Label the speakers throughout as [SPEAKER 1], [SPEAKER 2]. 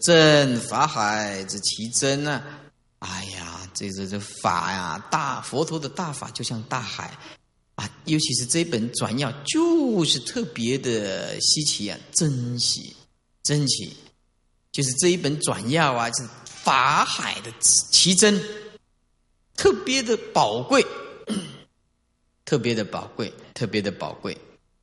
[SPEAKER 1] 正法海之其真啊！哎呀，这法呀，佛陀的大法就像大海啊，尤其是这本转要就是特别的稀奇啊，珍惜，就是这一本转要啊，是法海的奇珍，特别的宝贵，特别的宝贵。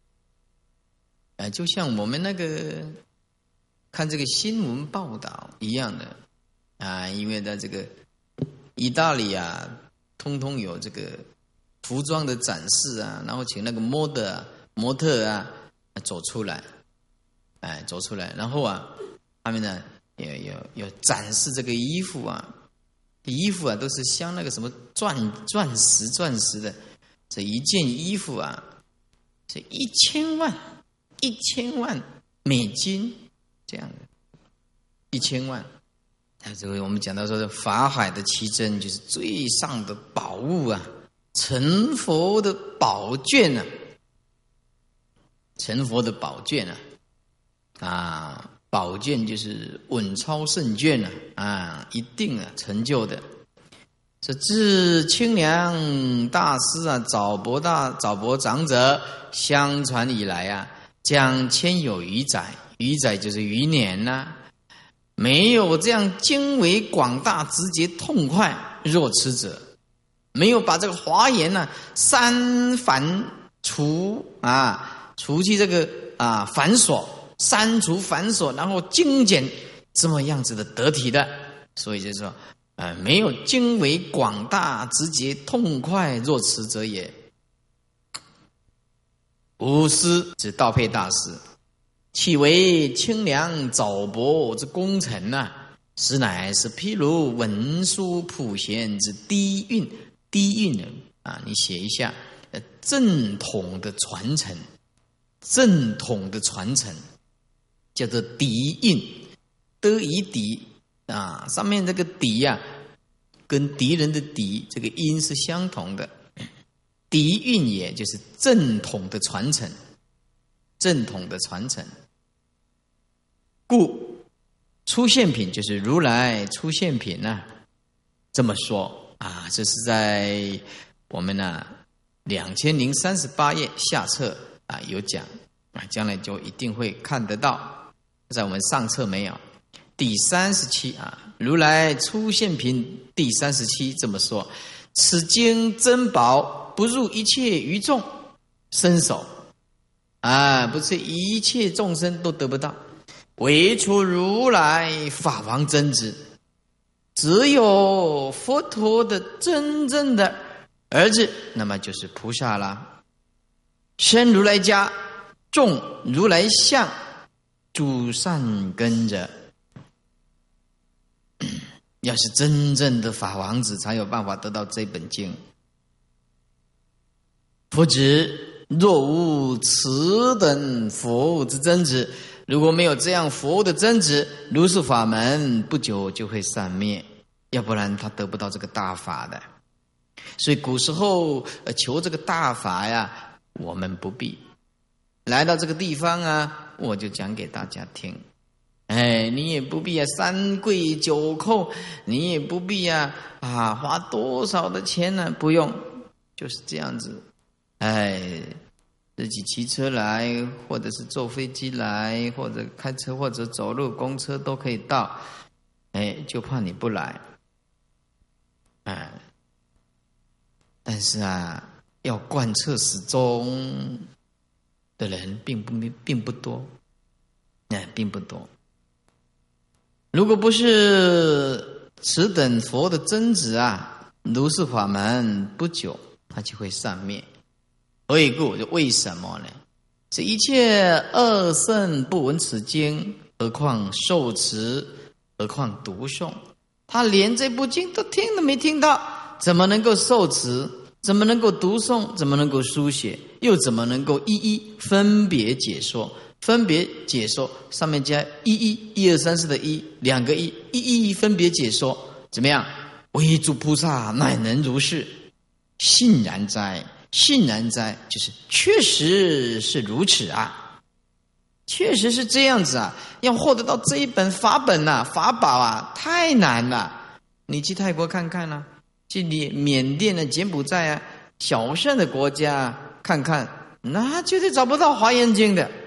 [SPEAKER 1] 就像我们那个看这个新闻报道一样的啊，因为在这个意大利啊，通通有这个服装的展示啊，然后请那个模特啊走出来，然后啊，他们呢有展示这个衣服啊都是像那个什么钻石的，这一件衣服啊，是1000万美金这样的，1000万。这个我们讲到说，法海的奇珍就是最上的宝物啊，成佛的宝卷啊，宝卷就是稳超胜卷啊，一定成就的。这自清凉大师啊，早伯长者相传以来啊，将千有余载，余载就是余年没有这样经纬广大、直接痛快若此者，没有把这个华严删繁除去这个繁琐，删除繁琐，然后精简这么样子的得体的，所以就是说没有经纬广大、直接痛快若此者也。吾师指道配大师，岂为清凉早伯之功臣实乃是譬如文殊普贤之低韵人你写一下正统的传承叫做敌韵，得以敌上面这个敌跟敌人的敌这个音是相同的，敌韵也就是正统的传承。故出现品就是如来出现品这么说这是在我们2038页下册有讲将来就一定会看得到，在我们上册没有。第37如来出现品第37这么说：此经珍宝不入一切于众身手不是一切众生都得不到，唯除如来法王真知，只有佛陀的真正的儿子，那么就是菩萨啦。生如来家，种如来相，诸善根者。要是真正的法王子，才有办法得到这本经。佛指若无此等佛物之真知，如果没有这样佛物的真知，如是法门不久就会散灭，要不然他得不到这个大法的。所以古时候求这个大法我们不必来到这个地方我就讲给大家听。你也不必三跪九叩，你也不必花多少的钱不用，就是这样子。自己骑车来，或者是坐飞机来，或者开车，或者走路，公车都可以到。就怕你不来。但是要贯彻始终的人并不多，并不多。如果不是此等佛的真子如是法门不久它就会散灭。何以故？就为什么呢？这一切恶圣不闻此经，何况受持，何况读诵？他连这部经都听都没听到，怎么能够受持？怎么能够读诵？怎么能够书写？又怎么能够一一分别解说？分别解说上面加一二三四的一，两个一一分别解说，怎么样？唯诸菩萨乃能如是，信然哉！信然哉，就是确实是如此确实是这样子啊！要获得到这一本法本啊、法宝啊，太难了。你去泰国看看啊，去缅甸的、柬埔寨啊，小圣的国家看看，那绝对找不到《华严经》的。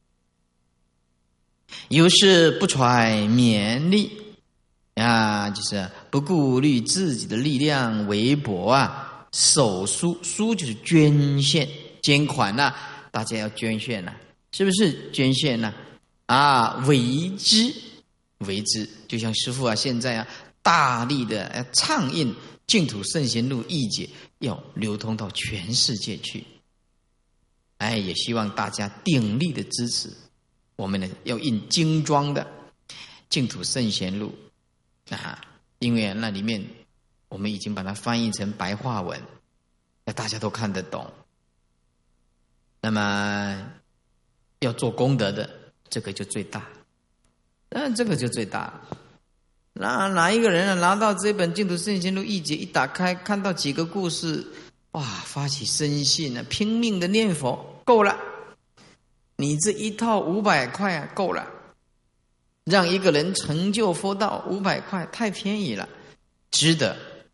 [SPEAKER 1] 有事不揣勉力啊，就是不顾虑自己的力量微薄啊，手书就是捐献、捐款呐、大家要捐献呐、是不是捐献呢？为之，就像师父啊，现在啊，大力的倡印《净土圣贤录》译解，要流通到全世界去。也希望大家鼎力的支持我们呢，要印精装的《净土圣贤录》因为那里面我们已经把它翻译成白话文，大家都看得懂。那么要做功德的，这个就最大，这个就最大。那哪一个人拿到这本《净土圣贤录》译解，一打开看到几个故事，哇，发起深信啊，拼命的念佛，够了。你这一套500块啊，够了。让一个人成就佛道500块太便宜了，值得。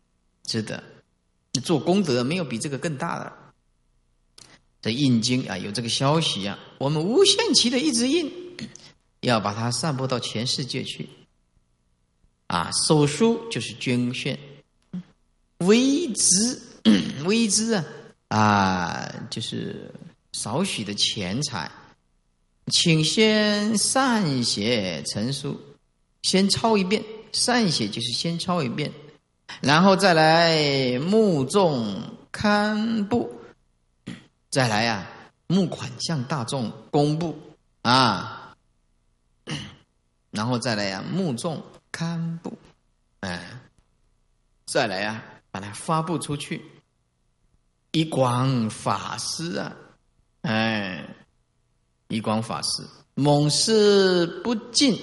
[SPEAKER 1] 做功德没有比这个更大的。这印经啊，有这个消息啊，我们无限期的一直印，要把它散播到全世界去。手书就是捐献，微资就是少许的钱财，请先善写成书，先抄一遍，善写就是先抄一遍，然后再来募众刊布，再来募款向大众公布然后再来募众刊布，再来把它发布出去，以广法师以广法师猛士不尽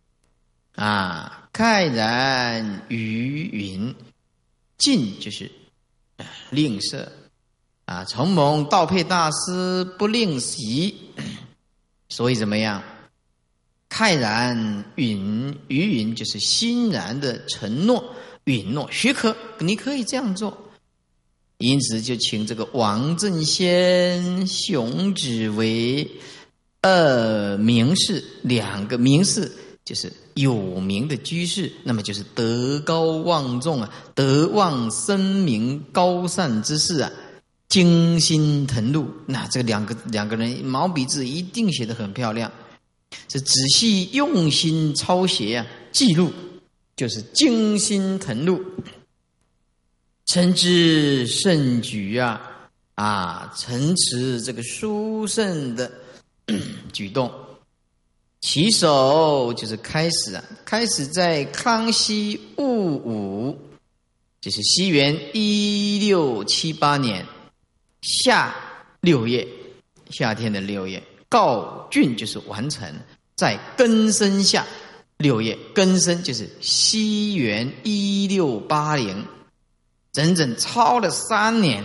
[SPEAKER 1] 慨然于云，尽就是吝啬承蒙道配大师不吝惜，所以怎么样？慨然于云就是欣然的承诺、允诺、许可，你可以这样做。因此就请这个王正先、熊子为名士，两个名士就是有名的居士，那么就是德高望重德望声名高善之士精心誊录。那这两个人毛笔字一定写得很漂亮，是仔细用心抄写记录，就是精心誊录，称之圣举承持这个殊胜的举动。起手就是开始在康熙戊午，就是西元1678年夏6月，夏天的6月，告竣就是完成，在庚申下6月，庚申就是西元1680，整整抄了3年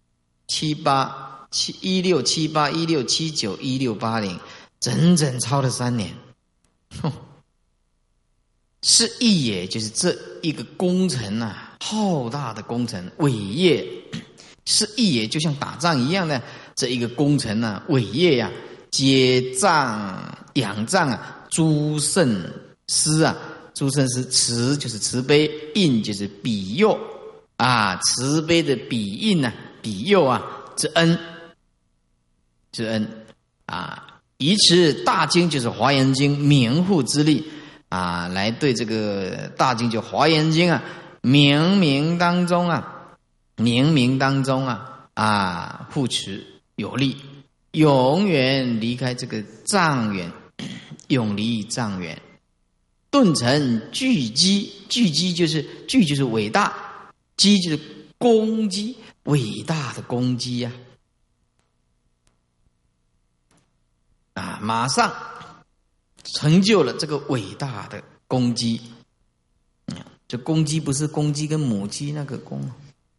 [SPEAKER 1] ，1678、1679、1680，整整抄了3年。是义也，就是这一个工程浩大的工程伟业，是义也就像打仗一样的这一个工程伟业接藏仰仗诸圣师诸圣师，慈就是慈悲，印就是庇佑慈悲的庇印庇佑之恩以此大经就是华严经明护之力来对这个大经就华严经冥冥当中护持有力，永远离开这个障缘，永离障缘，顿成具机。具机就是具就是伟大，机就是功绩，伟大的功绩马上成就了这个伟大的功绩。这公鸡不是公鸡跟母鸡那个公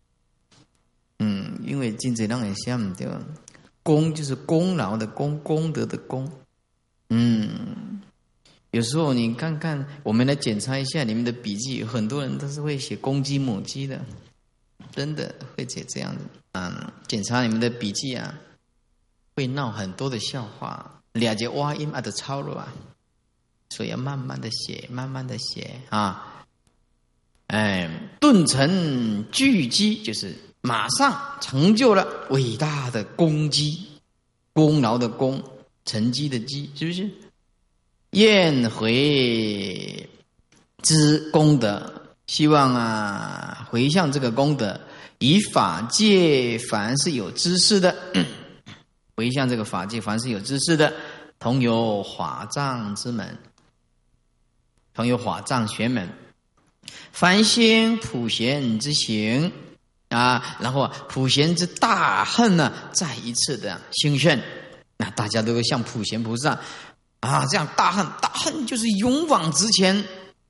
[SPEAKER 1] 因为真侪人会想不对，功就是功劳的功，功德的功有时候你看看，我们来检查一下你们的笔记，很多人都是会写公鸡母鸡的，真的会写这样子。检查你们的笔记啊，会闹很多的笑话，了解挖音啊的抄了啊，所以要慢慢的写，慢慢的写啊。顿成巨基，就是马上成就了伟大的功绩，功劳的功，成绩的绩，是不是？宴回之功德，希望啊回向这个功德，以法界凡是有知识的，回向这个法界凡是有知识的，同有法藏之门，同有法藏玄门，凡心普贤之行啊，然后普贤之大恨呢，再一次的兴盛，那大家都会像普贤菩萨啊，这样大恨就是勇往直前，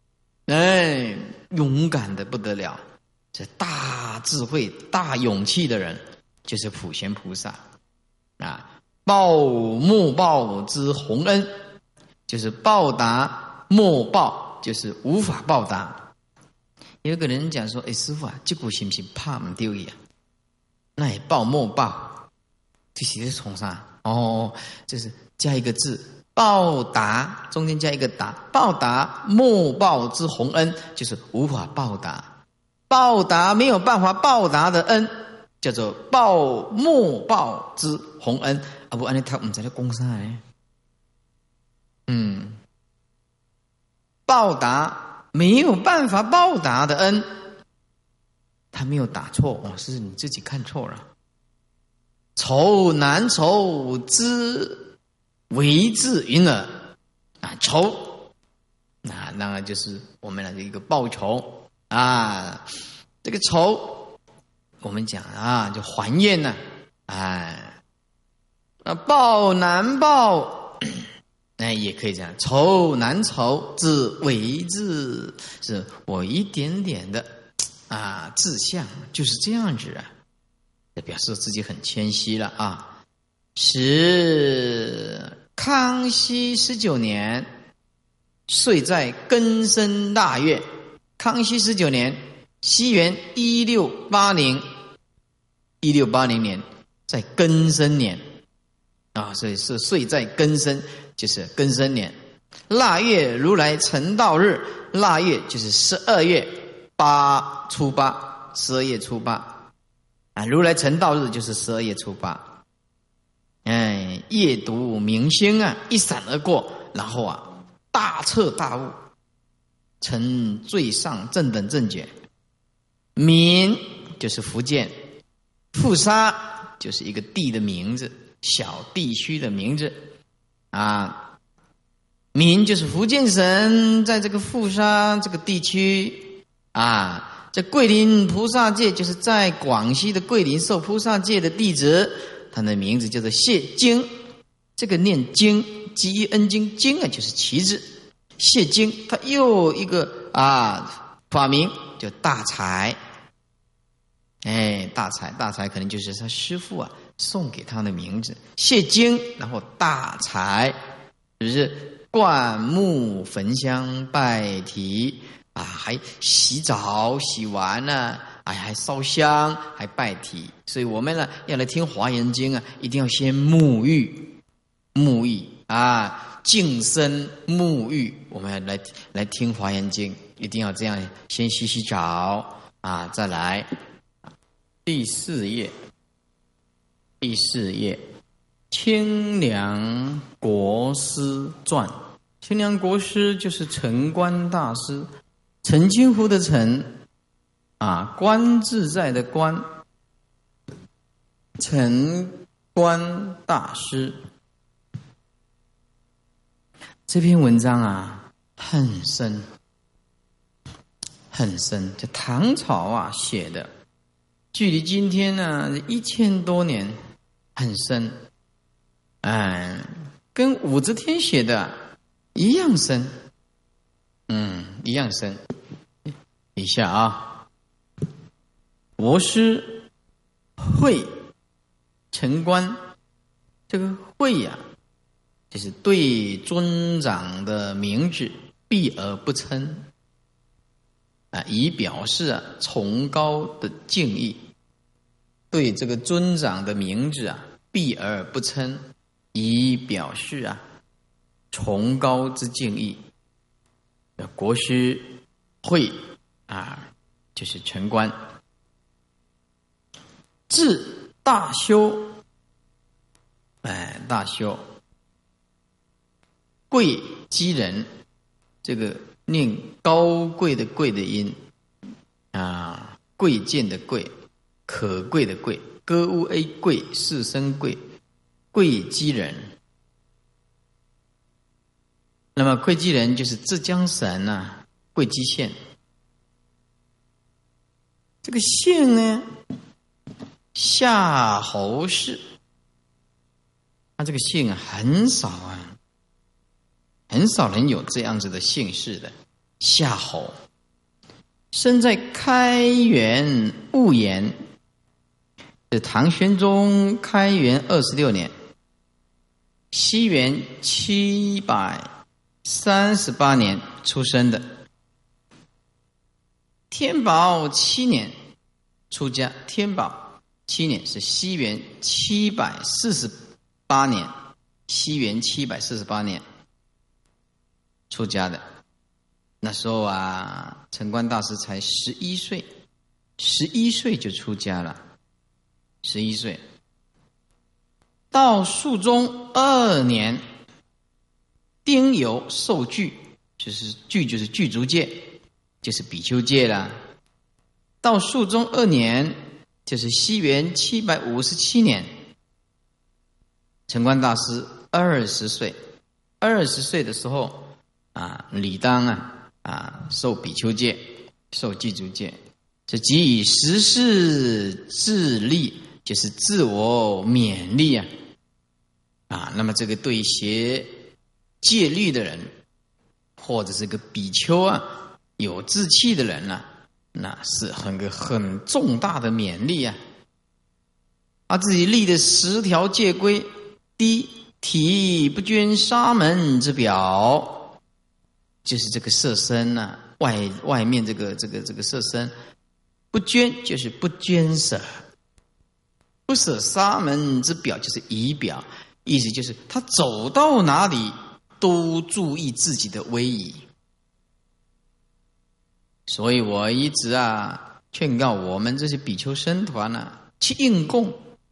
[SPEAKER 1] 勇敢的不得了，这大智慧、大勇气的人就是普贤菩萨啊。报莫报之洪恩，就是报答莫报，就是无法报答。有个人讲说：“师父啊，这个是不是怕唔丢呀？那也报莫报，这是从啥？就是加一个字。”报答中间加一个答，报答莫报之洪恩，就是无法报答，报答没有办法报答的恩，叫做报莫报之洪恩。不然他唔知道讲啥呢？报答没有办法报答的恩，他没有打错是你自己看错了。愁难愁之为之云耳仇那就是我们的一个报仇啊。这个仇我们讲就还愿呢报难报也可以这样，仇难仇之为之，是我一点点的志向就是这样子表示自己很谦虚了是康熙19年，岁在庚申腊月。康熙19年，西元1680年，在庚申年所以是岁在庚申，就是庚申年。腊月如来成道日，腊月就是12月初八，12月初八如来成道日就是12月初八。夜读明星一闪而过，然后大彻大悟，成最上正等正觉。闽就是福建，富沙就是一个地的名字，小地区的名字闽就是福建省在这个富沙这个地区这桂林菩萨戒就是在广西的桂林受菩萨戒的弟子，他的名字叫做谢经，这个念经，积一恩经，经就是旗帜，谢经，他又一个法名叫大才，大才可能就是他师父送给他的名字，谢经，然后大才，就是灌木焚香拜题还洗澡洗完了还烧香还拜题，所以我们呢要来听华严经一定要先沐浴净身沐浴，我们来听华严经一定要这样，先洗澡再来第4页清凉国师传。清凉国师就是陈观大师，陈清福的陈观自在的观，陈观大师。这篇文章很深，这唐朝写的，距离今天1000多年，很深，跟武则天写的一样深，一样深。以下国师慧陈观，这个慧就是对尊长的名字避而不称以表示崇高的敬意。对这个尊长的名字避而不称，以表示崇高之敬意。国师会就是城关。至大修，大修贵基人，这个念高贵的贵的音贵贱的贵，可贵的贵，歌舞 A 贵，士生贵，贵基人。那么贵基人就是浙江省贵基县。这个县呢，夏侯氏，他这个姓很少很少人有这样子的姓氏的。夏侯生在开元戊延，是唐玄宗开元26年，西元738年出生的。天宝7年出家，天宝7年是西元748年，西元748年出家的。那时候城关大师才11岁，11岁就出家了，11岁。到肃宗2年，丁酉受具，就是具足戒，就是比丘戒啦。到肃宗2年，就是西元757年，城关大师20岁，20岁的时候理当受比丘戒，受具足戒，这即以时事自立，就是自我勉励那么这个对学戒律的人，或者是个比丘有志气的人那是很重大的勉励他自己立的10条戒规，第一，体不捐沙门之表，就是这个色身外面这个色身不捐，就是不捐舍，不舍沙门之表，就是仪表，意思就是他走到哪里都注意自己的威仪。所以我一直劝告我们这些比丘僧团去应供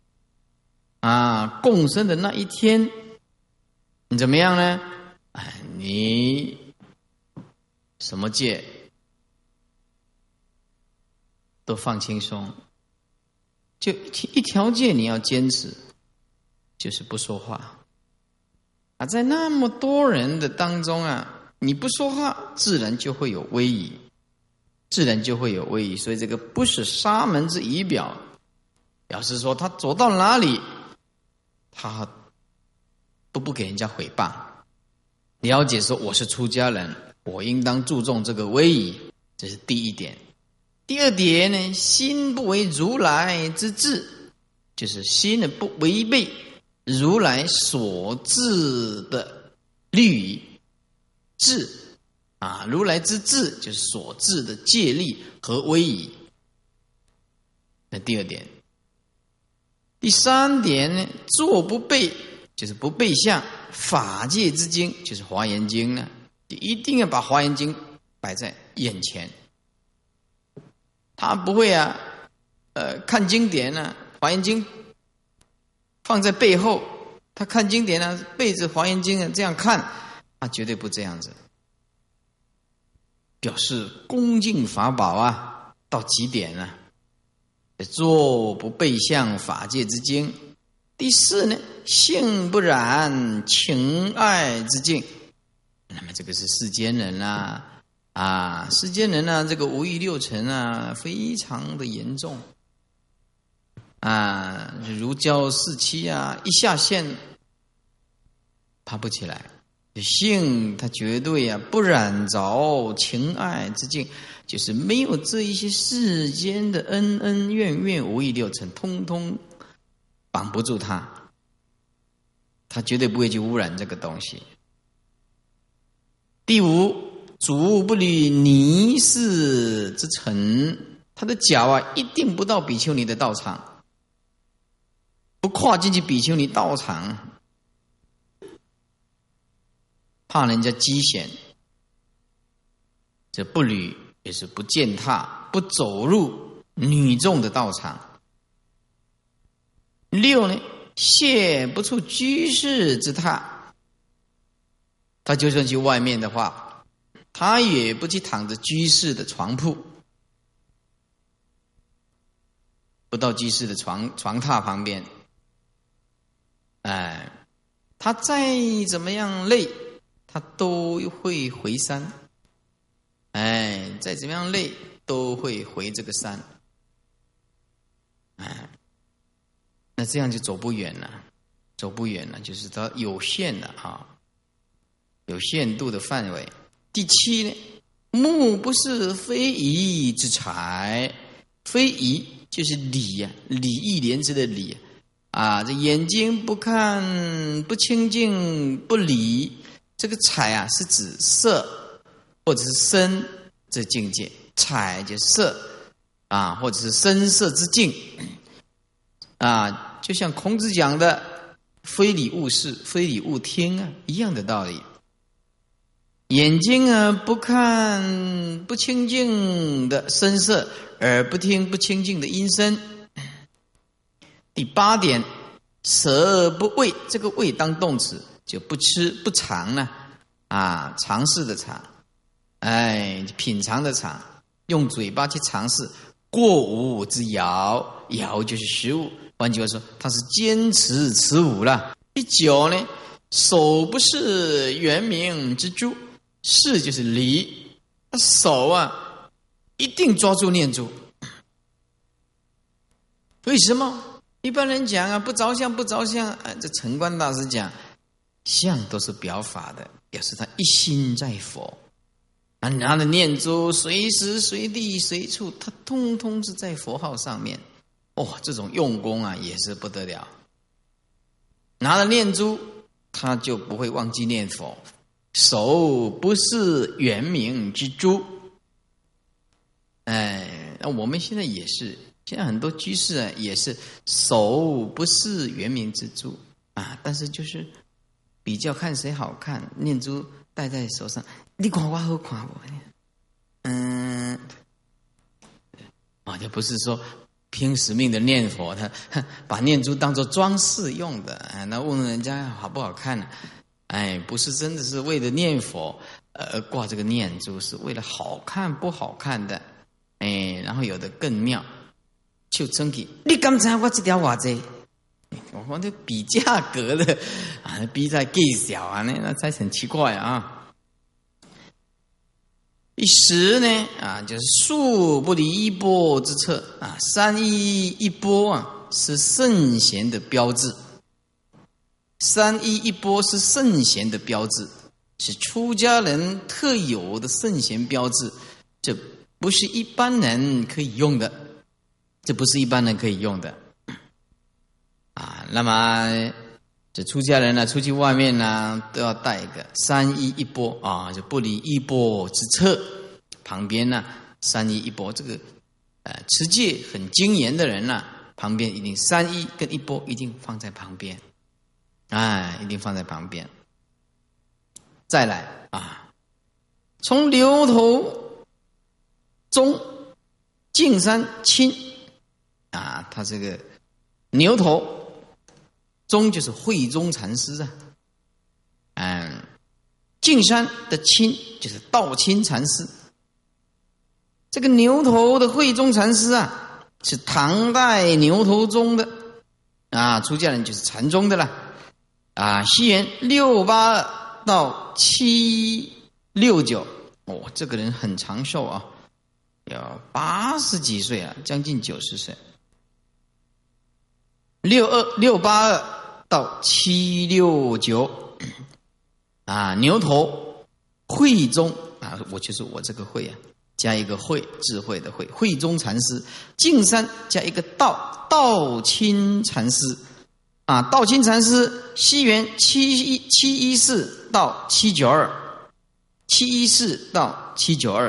[SPEAKER 1] 供生的那一天，你怎么样呢？你什么戒都放轻松，就一条戒你要坚持，就是不说话在那么多人的当中你不说话，自然就会有威仪，自然就会有威仪。所以这个不是沙门之仪表，表示说他走到哪里他都不给人家诽谤，了解说我是出家人，我应当注重这个威仪，这是第一点。第二点呢，心不为如来之志，就是心呢不违背如来所制的律仪制如来之制就是所制的戒律和威仪。那第二点。第三点呢，坐不背，就是不背向法界之经，就是华严经就一定要把华严经摆在眼前。他不会看经典华严经放在背后，他看经典背着华严经这样看绝对不这样子，表示恭敬法宝到极点坐不背向法界之经。第四呢，性不染情爱之境。那么这个是世间人世间人这个五欲六尘非常的严重如胶似漆一下线爬不起来。性它绝对不染着情爱之境，就是没有这一些世间的恩恩怨怨五欲六尘，通通绑不住它。 他绝对不会去污染这个东西。第五，足不履泥寺之尘，他的脚啊一定不到比丘尼的道场，不跨进去比丘尼道场，怕人家讥嫌。这不履也是不践踏，不走入女众的道场。六呢，谢不出居士之榻，他就算去外面的话，他也不去躺着居士的床铺，不到居士的床榻旁边。他再怎么样累，他都会回山。再怎么样累，都会回这个山。那这样就走不远了，走不远了，就是它有限的啊，有限度的范围。第七呢，目不是非仪之财，非仪就是礼啊，礼义廉耻的礼啊，这眼睛不看，不清净，不理，这个财啊是指色或者是身这境界，财就色啊，或者是声色之境啊，就像孔子讲的“非礼勿视，非礼勿听”啊，一样的道理。眼睛啊不看不清净的声色，耳不听不清净的音声。第八点，舌不味，这个味当动词，就不吃不尝呢啊，尝试的尝，品尝的尝，用嘴巴去尝试。过午之肴，肴就是食物，换句话说，它是坚持持午了。第九呢，手不是圆明之珠，是就是礼，手啊一定抓住念珠。为什么？一般人讲啊，不着相不着相，这澄观大师讲，相都是表法的，表示他一心在佛。拿着念珠，随时随地随处，他通通是在佛号上面。这种用功啊，也是不得了。拿着念珠，他就不会忘记念佛。手不是圆明之珠，那我们现在也是，现在很多居士啊，也是手不是圆明之珠啊，但是就是比较看谁好看，念珠戴在手上，你看我好看不？就不是说拼死命的念佛，他把念珠当作装饰用的，那问人家好不好看呢？不是真的是为了念佛而挂这个念珠，是为了好看不好看的。然后有的更妙，就争起你刚才我这条袜子，我就比价格的比在计小啊，那才很奇怪啊。第十呢就是数不离一钵之策啊，三衣一钵啊是圣贤的标志，三衣一钵是圣贤的标志，是出家人特有的圣贤标志，这不是一般人可以用的，这不是一般人可以用的那么这出家人呢，出去外面呢，都要带一个三衣一钵就不离一钵之策。旁边呢，三衣一钵，这个持戒很精严的人呢，旁边一定三衣跟一钵一定放在旁边，一定放在旁边。再来从牛头中径山亲他这个牛头中就是慧中禅师径山的亲就是道亲禅师。这个牛头的慧中禅师是唐代牛头宗的出家人就是禅宗的了西元682到769，这个人很长寿有80几岁将近90岁。682到769牛头慧中我就是我这个慧加一个慧，智慧的慧，慧中禅师。径山加一个道，道亲禅师啊，道清禅师西元714到792，714到792，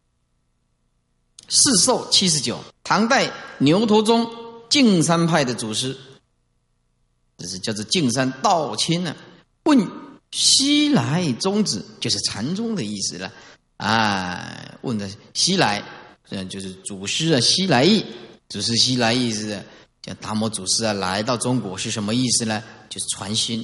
[SPEAKER 1] 世寿79，唐代牛头宗径山派的祖师，这是叫做径山道清呢。问西来宗旨，就是禅宗的意思了。问的西来，就是祖师啊，西来意。祖师西来意是讲达摩祖师啊来到中国是什么意思呢？就是传心。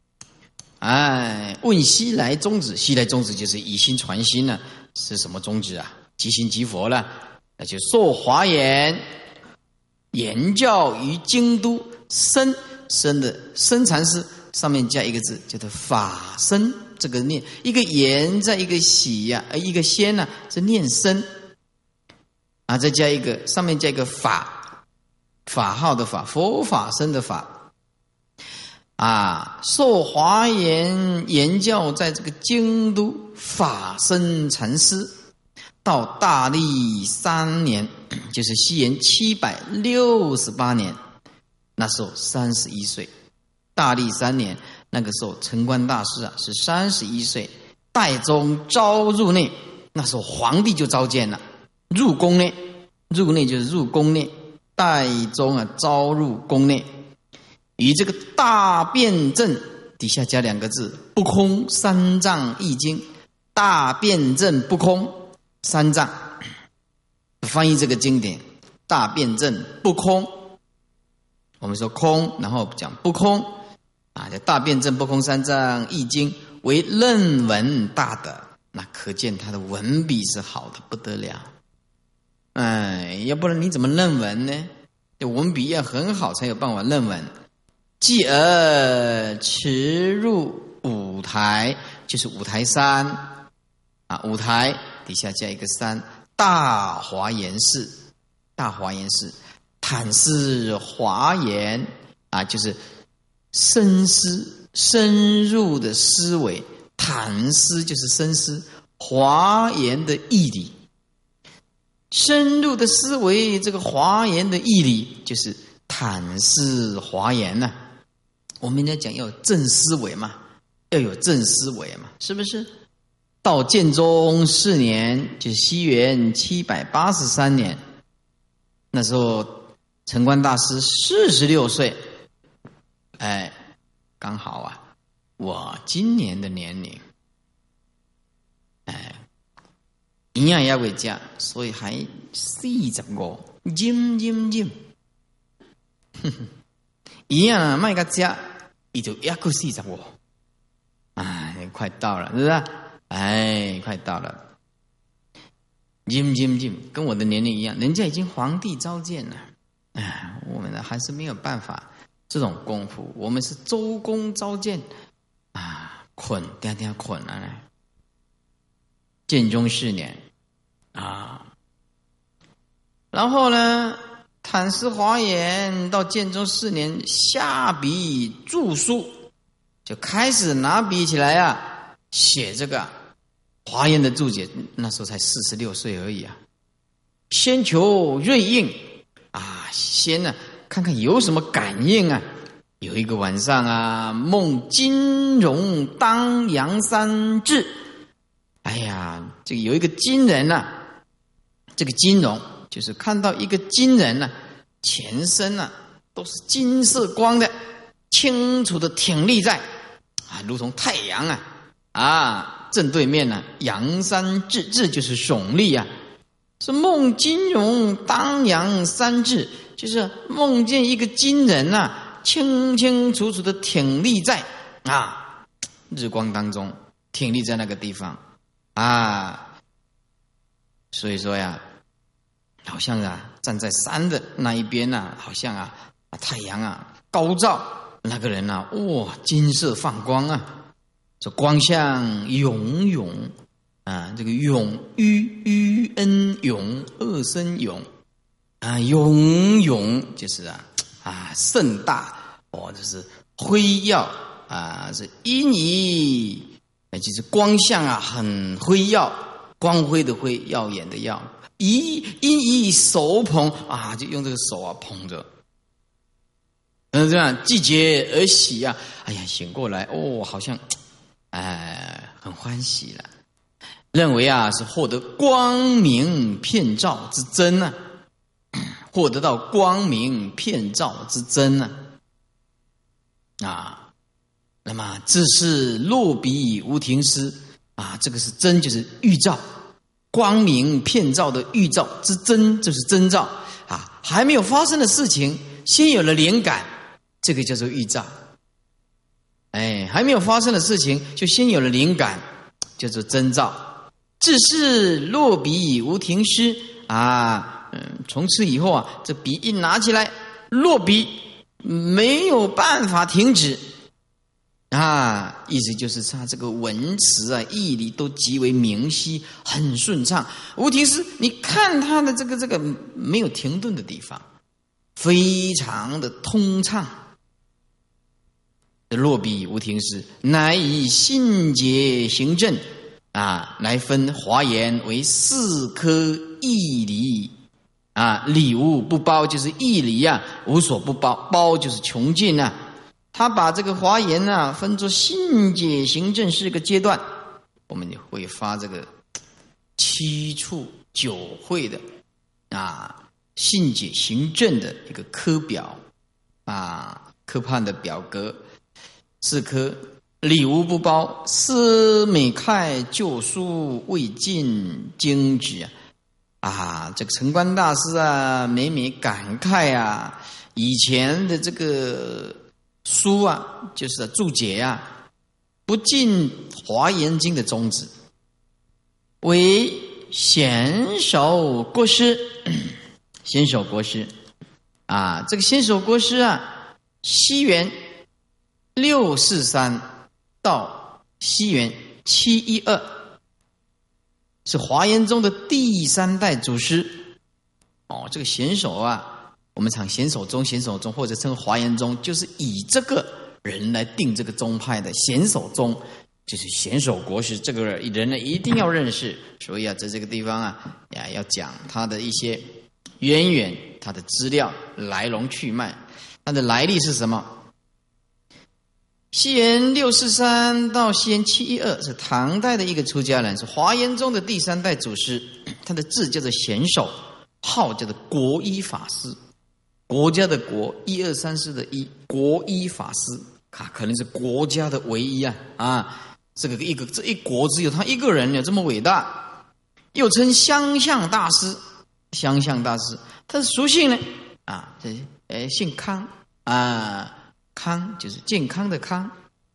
[SPEAKER 1] 问西来宗旨，西来宗旨就是以心传心呢，是什么宗旨啊？即心即佛了，那就受华严，言教于京都，僧的僧禅师上面加一个字，叫做法僧。这个念一个言在一个喜呀，一个先呢是念僧啊，再加一个上面加一个法，法号的法，佛法僧的法啊，受华严言教在这个京都法僧禅师，到大历3年，就是西元768年，那时候31岁。大历3年，那个时候城关大师啊是31岁，代宗召入内，那时候皇帝就召见了，入宫内，入内就是入宫内，代宗啊召入宫内，以这个大辩证底下加2个字，不空三藏易经，大辩证不空三藏，翻译这个经典，大辩证不空，我们说空，然后讲不空啊，叫大辩证不空三藏易经为论文大德，那可见他的文笔是好的不得了。要不然你怎么论文呢？文笔要很好才有办法论文。继而驰入五台，就是五台山啊，五台底下加一个山，大华严寺，大华严寺，坦思华严啊，就是深思深入的思维，坦思就是深思华严的义理，深入的思维这个华严的义理，就是坦思华严呐。我们讲要有正思维嘛，要有正思维嘛，是不是？到建中4年，就是西元783年，那时候城关大师46岁，刚好啊，我今年的年龄，营养也会加，所以还45，营养啊，卖个加，伊就一个45，快到了，是不是？快到了，跟我的年龄一样，人家已经皇帝召见了，我们呢还是没有办法。这种功夫，我们是周公召见困，定困了呢。建中4年然后呢，坦思华严到建中4年，下笔著书，就开始拿笔起来写这个华严的注解。那时候才46岁而已啊，先求瑞应先看看有什么感应啊。有一个晚上梦金融当阳山至，这个有一个金人这个金融就是看到一个金人全身都是金色光的，清楚的挺立在如同太阳正对面阳山至，至就是耸立是梦金融当阳山至，就是梦见一个金人清清楚楚的挺立在日光当中，挺立在那个地方所以说好像站在山的那一边好像太阳高照，那个人金色放光这光相永永这个永于恩永二声永永永就是盛大就是辉耀是阴仪就是光相很辉耀，光辉的辉，耀眼的耀，阴仪手捧就用这个手捧着这样季节而喜啊！哎呀，醒过来哦，好像很欢喜了。认为啊是获得光明遍照之真啊，获得到光明遍照之真啊，那么这是落笔无停失啊，这个是真，就是预兆，光明遍照的预兆之真，就是征兆啊，还没有发生的事情，先有了灵感，这个叫做预兆。还没有发生的事情，就先有了灵感，叫做征兆。自是落笔无停失啊，从此以后啊，这笔一拿起来，落笔没有办法停止啊，意思就是他这个文词啊、义理都极为明晰，很顺畅，无停失。你看他的这个没有停顿的地方，非常的通畅。落笔无停失，乃以信解行证啊，来分华严为4科义理啊，理无不包，就是义理啊，无所不包，包就是穷尽啊。他把这个华严啊分作信解行证4个阶段，我们也会发这个7处9会的信解行证的一个科表科判的表格。4科理无不包，思美慨旧书未尽经旨这个城关大师啊，每每感慨啊，以前的这个书啊，就是注解啊，不尽华严经的宗旨，为显首国师，显首国师这个显首国师啊，西元643到西元712，是华严宗的第3代祖师。这个显首啊，我们常显首宗或者称华严宗，就是以这个人来定这个宗派的。显首宗就是显首国师，这个人呢一定要认识。所以啊，在这个地方要讲他的一些渊源，他的资料来龙去脉，他的来历是什么？西元643到西元712，是唐代的一个出家人，是华严宗的第3代祖师。他的字叫做显首，号叫做国医法师，国家的国，1、2、3、4的一，国医法师可能是国家的唯一这一国只有他一个人有这么伟大，又称相向大师。相向大师，他的属性呢姓康康就是健康的康，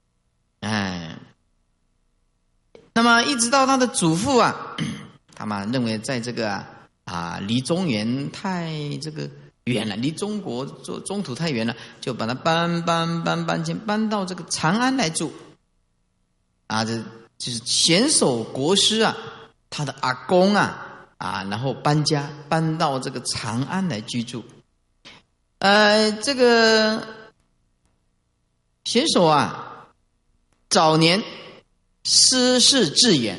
[SPEAKER 1] 那么一直到他的祖父他们认为在这个离中原太这个远了，离中国中土太远了，就把他搬到这个长安来住这就是显首国师他的阿公然后搬到这个长安来居住。这个显首早年师事智远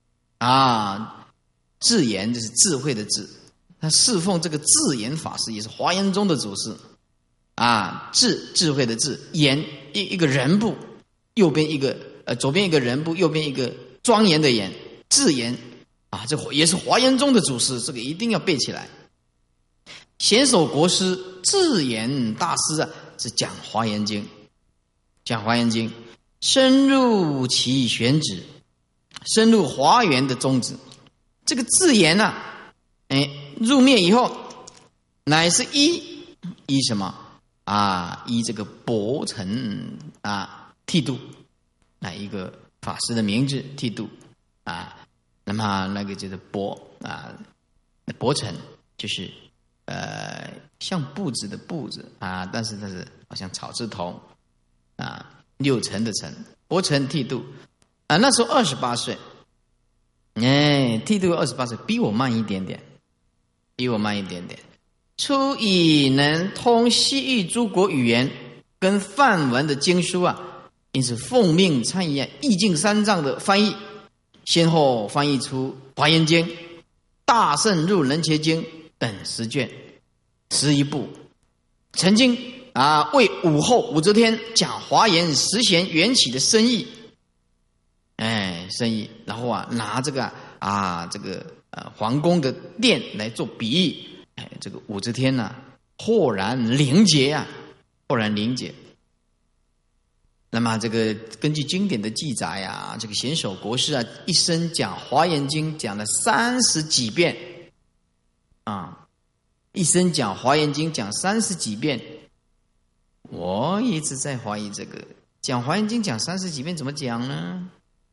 [SPEAKER 1] 智远就是智慧的智，他侍奉这个智远法师，也是华严宗的祖师智慧的智，严一个人部，右边一个左边一个人部，右边一个庄严的严，智严这也是华严宗的祖师，这个一定要背起来。显首国师智远大师是讲华严经，深入其玄旨，深入华严的宗旨。这个智严入灭以后，乃是依什么依这个伯承剃度，一个法师的名字剃度那么那个就是伯承就是像步子的步子但是它是好像草字头6层的层，伯承剃度那时候28岁，剃度28岁，比我慢一点点。初以能通西域诸国语言跟梵文的经书因此奉命参与易经3藏的翻译，先后翻译出华严经、大圣入人伽经等10卷11部，曾经为武后武则天讲华严实贤缘起的深意，深意，然后拿这个皇宫的殿来做比喻，这个武则天豁然灵觉豁然灵觉。那么这个根据经典的记载这个贤首国师一生讲华严经讲了30几遍一生讲华严经讲30几遍。我一直在怀疑这个讲华严经讲30几遍怎么讲呢？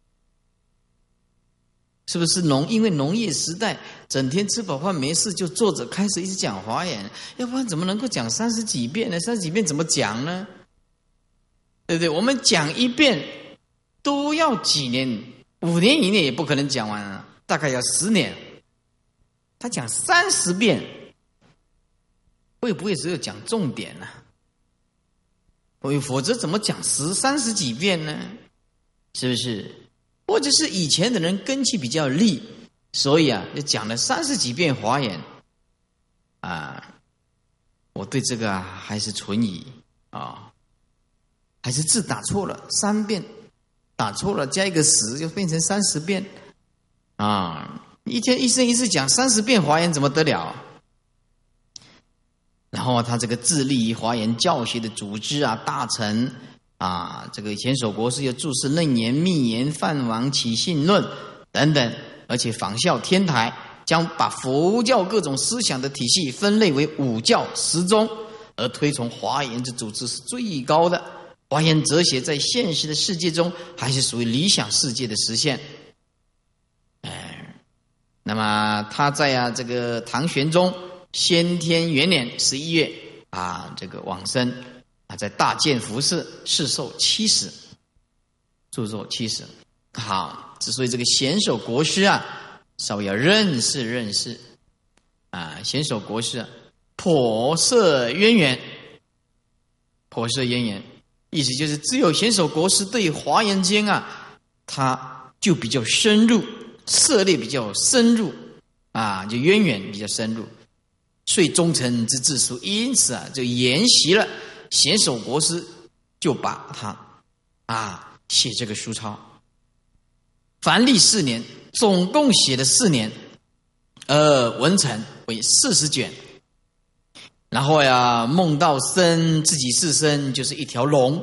[SPEAKER 1] 是不是因为农业时代整天吃饱饭没事就坐着开始一直讲华严，要不然怎么能够讲30几遍呢？30几遍怎么讲呢？对不对？我们讲一遍都要几年，5年以内也不可能讲完大概要10年。他讲30遍，会不会只有讲重点呢？否则怎么讲30几遍呢？是不是？或者是以前的人根气比较利，所以就讲了30几遍华严我对这个还是存疑还是字打错了3遍，打错了加一个10就变成30遍一天一生一次讲30遍华严怎么得了？然后他这个致力于华严教学的组织大臣这个贤首国师又注释楞严、密严、梵王起信论等等，而且仿效天台，将把佛教各种思想的体系分类为5教10宗，而推崇华严之组织是最高的。华严哲学在现实的世界中还是属于理想世界的实现。那么他在这个唐玄宗先天元年11月这个往生在大建福寺世寿70，著作70。好，之所以这个贤首国师稍微要认识贤首国师颇涉渊源，颇涉渊源，意思就是只有贤首国师对华严经他就比较深入，涉猎比较深入就渊源比较深入，遂忠臣之治书，因此就沿袭了贤首国师，就把他写这个书抄。凡历4年，总共写了4年，文成为40卷。然后梦到自己是身就是一条龙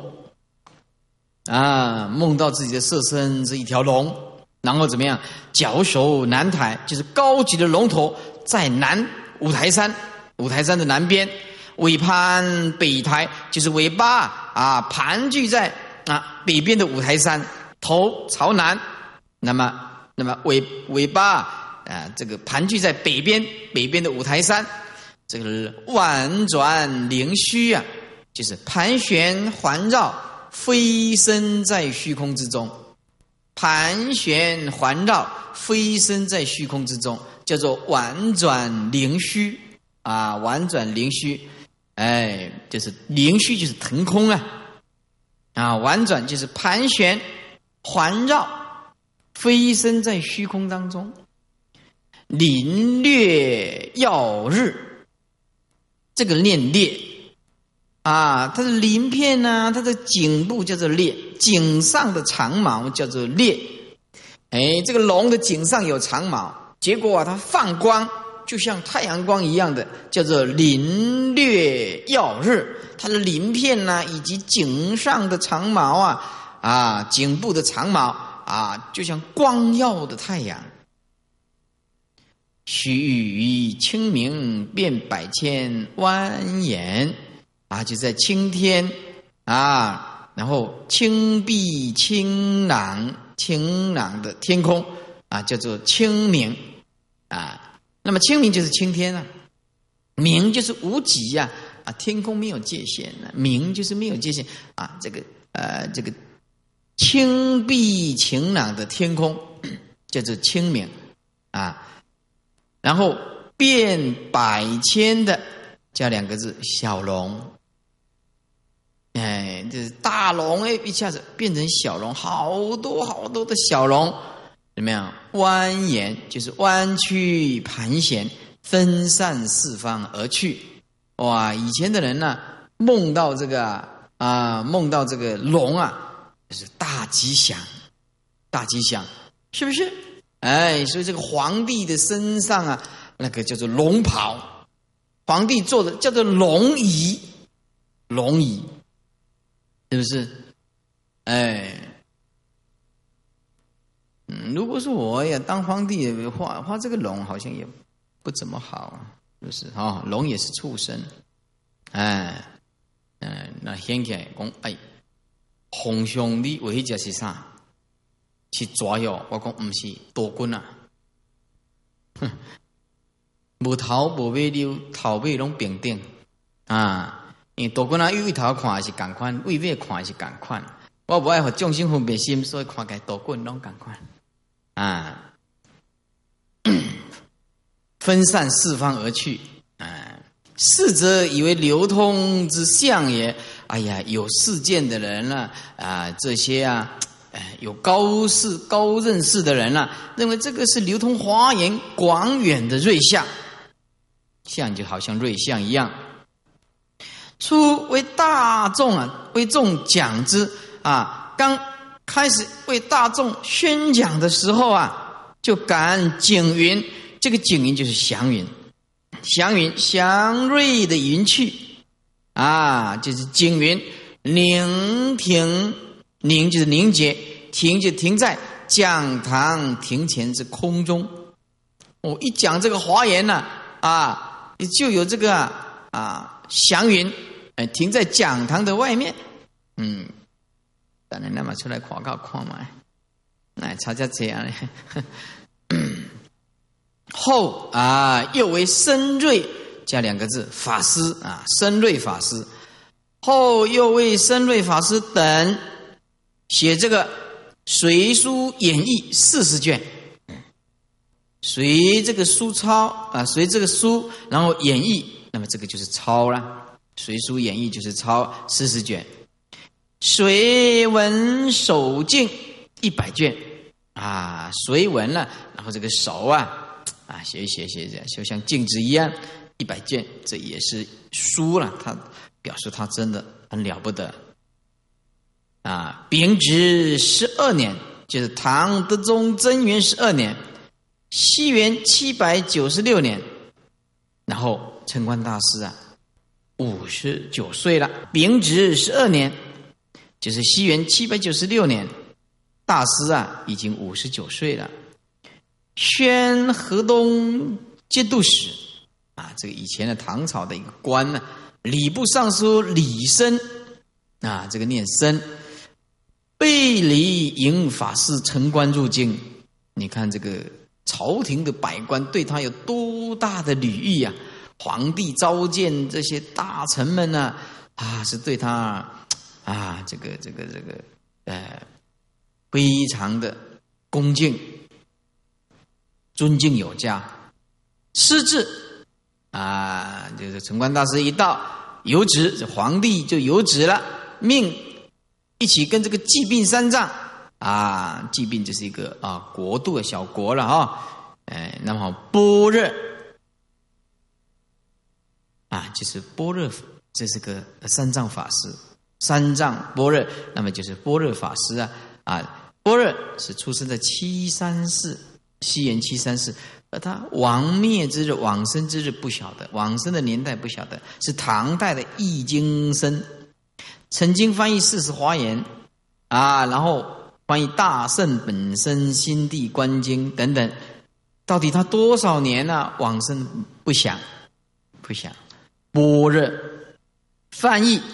[SPEAKER 1] 梦到自己的色身是一条龙，然后怎么样？脚首南台，就是高级的龙头在五台山的南边，尾攀北台，就是尾巴盘踞在北边的五台山，头朝南。那么尾巴这个盘踞在北边的五台山，这个婉转灵虚就是盘旋环绕，飞升在虚空之中。盘旋环绕，飞升在虚空之中，叫做婉转灵虚婉转灵虚，就是灵虚就是腾空婉转就是盘旋环绕，飞升在虚空当中。领略耀日，这个念略它的鳞片它的颈部叫做略，颈上的长毛叫做略。这个龙的颈上有长毛，结果它放光，就像太阳光一样的，叫做鳞略耀日。它的鳞片以及颈上的长毛颈部的长毛就像光耀的太阳。须臾清明遍百千蜿蜒就在青天然后青碧清朗的天空叫做清明那么清明就是青天明就是无极天空没有界限明就是没有界限这个清碧晴朗的天空叫做清明然后遍百千的加2个字小龙，这是大龙一下子变成小龙，好多好多的小龙，怎么样？蜿蜒就是弯曲盘旋，分散四方而去。哇，以前的人梦到这个梦到这个龙就是大吉祥，大吉祥，是不是？哎，所以这个皇帝的身上那个叫做龙袍，皇帝做的叫做龙仪，龙仪，是不是？哎，如果是我呀，当皇帝画这个龙，好像也不怎么好是不是？龙也是畜生，哎，那显起来讲，哎，皇上你为这是啥？去抓哟！我讲不是多棍无头无尾溜，头尾拢平等因为多棍有尾头看是同款，尾尾看是同款。我不爱和众生分别心，所以看起来多棍拢同款分散四方而去逝者以为流通之象也。哎呀，有世见的人这些有高认识的人认为这个是流通华严广远的瑞相，相就好像瑞相一样。初为大众为众讲之刚开始为大众宣讲的时候就感景云，这个景云就是祥云，祥云祥瑞的云气就是景云，宁停，宁就是凝结，停就停在讲堂庭前之空中。一讲这个华严就有这个祥云停在讲堂的外面。当然那么出来看告看嘛，那差价这样后又为深瑞加2个字法师深瑞法师，后又为深瑞法师等写这个随书演义40卷，随这个书抄随这个书然后演义，那么这个就是抄啦，随书演义就是抄40卷，随文手镜100卷随文然后这个手写一写就像镜子一样100卷，这也是书了，它表示它真的很了不得丙子12年，就是唐德宗贞元12年，西元796年，然后澄观大师59岁了。丙子12年，就是西元796年，大师已经59岁了。宣河东节度使这个以前的唐朝的一个官礼部尚书李绅这个念绅，背礼迎法师城关入京。你看这个朝廷的百官对他有多大的礼遇皇帝召见这些大臣们是对他这个非常的恭敬尊敬有加。失至就是城关大师一到有旨，这皇帝就有旨了，命一起跟这个济宾三藏济宾就是一个国度的小国了那么般若就是般若，这是个三藏法师，三藏般若，那么就是般若法师般若是出生在734，西元734，而他亡灭之日、往生之日不晓得，往生的年代不晓得，是唐代的易经生，曾经翻译40华严然后翻译大圣本身心地观经等等，到底他多少年往生不详。般若翻译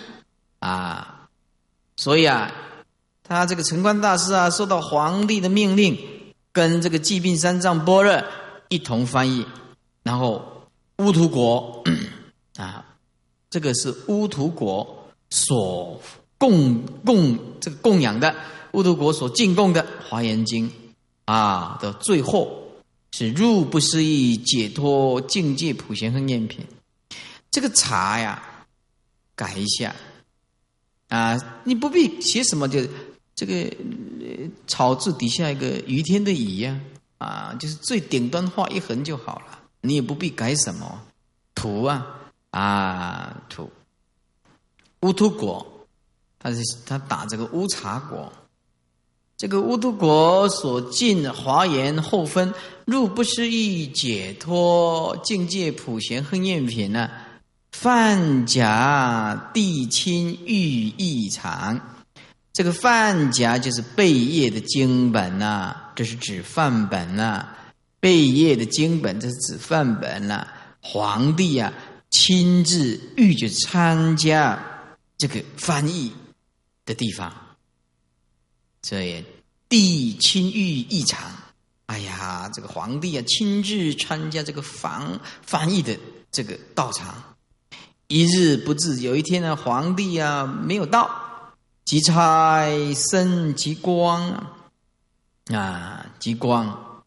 [SPEAKER 1] 所以他这个城关大师受到皇帝的命令，跟这个济宾三藏般若一同翻译，然后乌图国这个是乌图国所供养的，乌图国所进贡的华严经的最后是入不思议解脱境界普贤恒愿品。这个茶改一下你不必写什么，就这个草字底下一个于天的乙就是最顶端画一横就好了，你也不必改什么图图乌突国，他打这个乌察国。这个乌突国所进华严后分入不思议解脱境界普贤恒愿品呢，梵甲地亲寓意常。这个梵甲就是贝叶的经本啊，这是指梵本啊。贝叶的经本，这是指梵本啊。皇帝啊亲自御就参加这个翻译的地方，这也地亲御异常。哎呀，这个皇帝啊亲自参加这个翻译的这个道场。一日不至，有一天呢，皇帝啊没有到，即差生极光极光，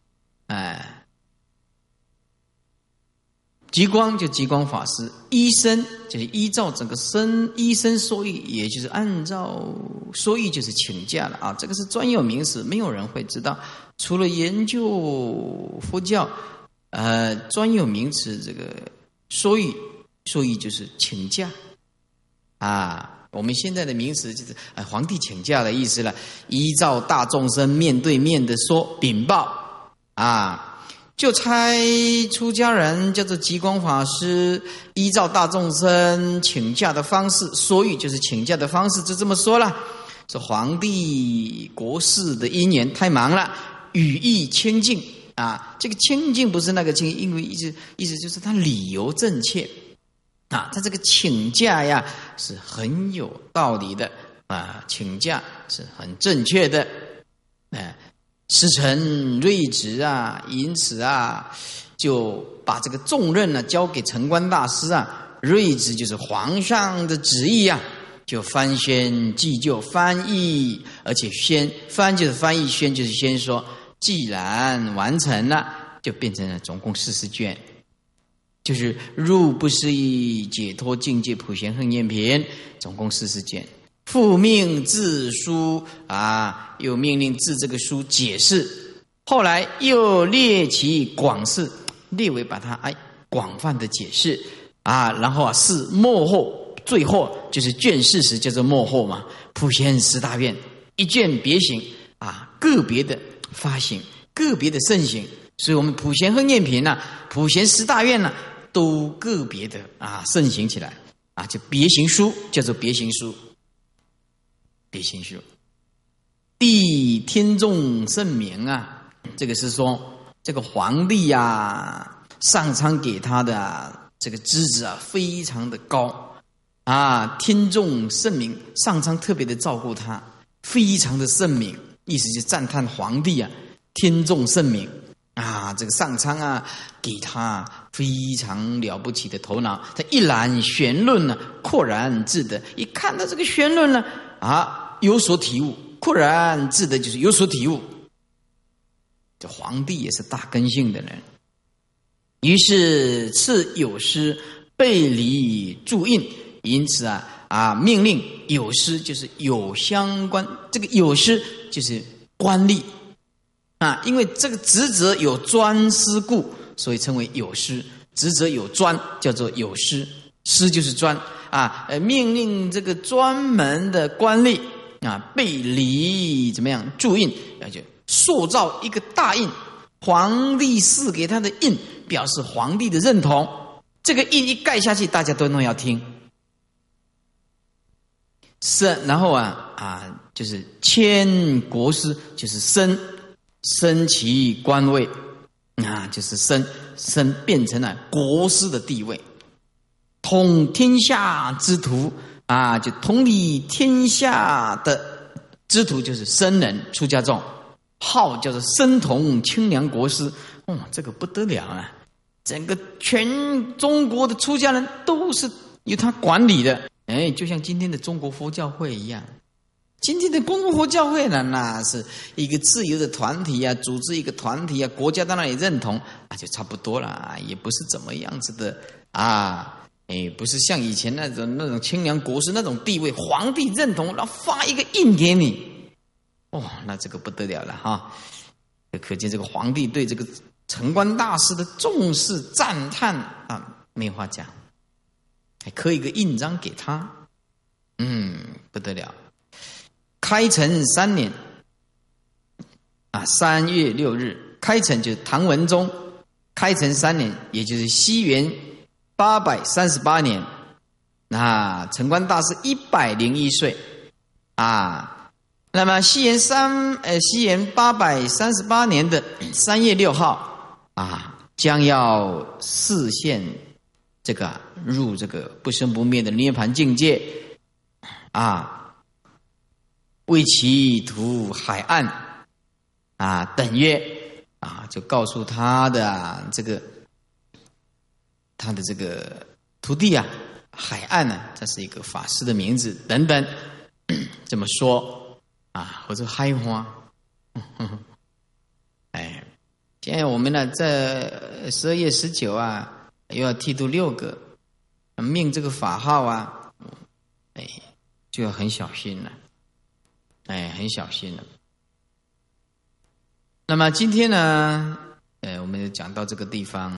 [SPEAKER 1] 极光就极光法师，依身就是依照整个依身说义，也就是按照说义就是请假了啊。这个是专有名词，没有人会知道，除了研究佛教，专有名词这个说义就是请假啊。我们现在的名词就是皇帝请假的意思了，依照大众生面对面的说禀报啊。就差出家人叫做极光法师，依照大众生请假的方式，所以就是请假的方式就这么说了，说皇帝国事的因缘太忙了，语意清净啊。这个清净不是那个清，因为意思就是他理由正确啊，他这个请假呀是很有道理的啊，请假是很正确的，师承睿智啊，因此啊，就把这个重任呢交给城关大师啊。睿智就是皇上的旨意啊，就翻宣祭就翻译，而且翻就是翻译，宣就是先说。既然完成了，就变成了总共40卷，就是入不思议解脱境界普贤恒愿品，总共40卷。复命自书啊，又命令自这个书解释，后来又列其广释，列为把它广泛的解释啊，然后是末后，最后就是卷40叫做末后嘛，普贤10大愿，一卷别行啊，个别的发行，个别的盛行，所以我们普贤恒愿品普贤10大愿都个别的盛行起来啊，就别行书，叫做别行书。别行书，帝天众圣明啊，这个是说这个皇帝上苍给他的这个资质非常的高啊，天众圣明，上苍特别的照顾他，非常的圣明，意思就是赞叹皇帝天众圣明啊，这个上苍给他非常了不起的头脑，他一览玄论豁然自得，一看到这个玄论有所体悟，豁然自得就是有所体悟。这皇帝也是大根性的人，于是赐有师背离注印，因此命令有师就是有相关，这个有师就是官吏因为这个职责有专师故，所以称为有师。职责有专，叫做有师，师就是专命令这个专门的官吏背离怎么样注印，就塑造一个大印，皇帝赐给他的印，表示皇帝的认同。这个印一盖下去，大家都要听。然后就是迁国师，就是升其官位就是升变成了国师的地位，统天下之徒就统理天下的之徒，就是僧人出家众，号叫做僧统清凉国师。这个不得了整个全中国的出家人都是由他管理的。就像今天的中国佛教会一样，今天的中国佛教会那是一个自由的团体组织一个团体国家当然也认同就差不多了也不是怎么样子的不是像以前那种清凉国师那种地位，皇帝认同，然后发一个印给你，那这个不得了了可见这个皇帝对这个城关大师的重视赞叹没话讲，还刻一个印章给他不得了。开成3年3月6日，开成就是唐文宗，开成3年，也就是西元838年。那城关大师101岁那么西元838年的3月6号将要示现这个入这个不生不灭的涅槃境界为其图海岸等曰就告诉他的这个徒弟海岸这是一个法师的名字等等，这么说或者嗨花现在我们呢这12月19又要剃度6个，命这个法号就要很小心了，很小心了。那么今天呢我们就讲到这个地方。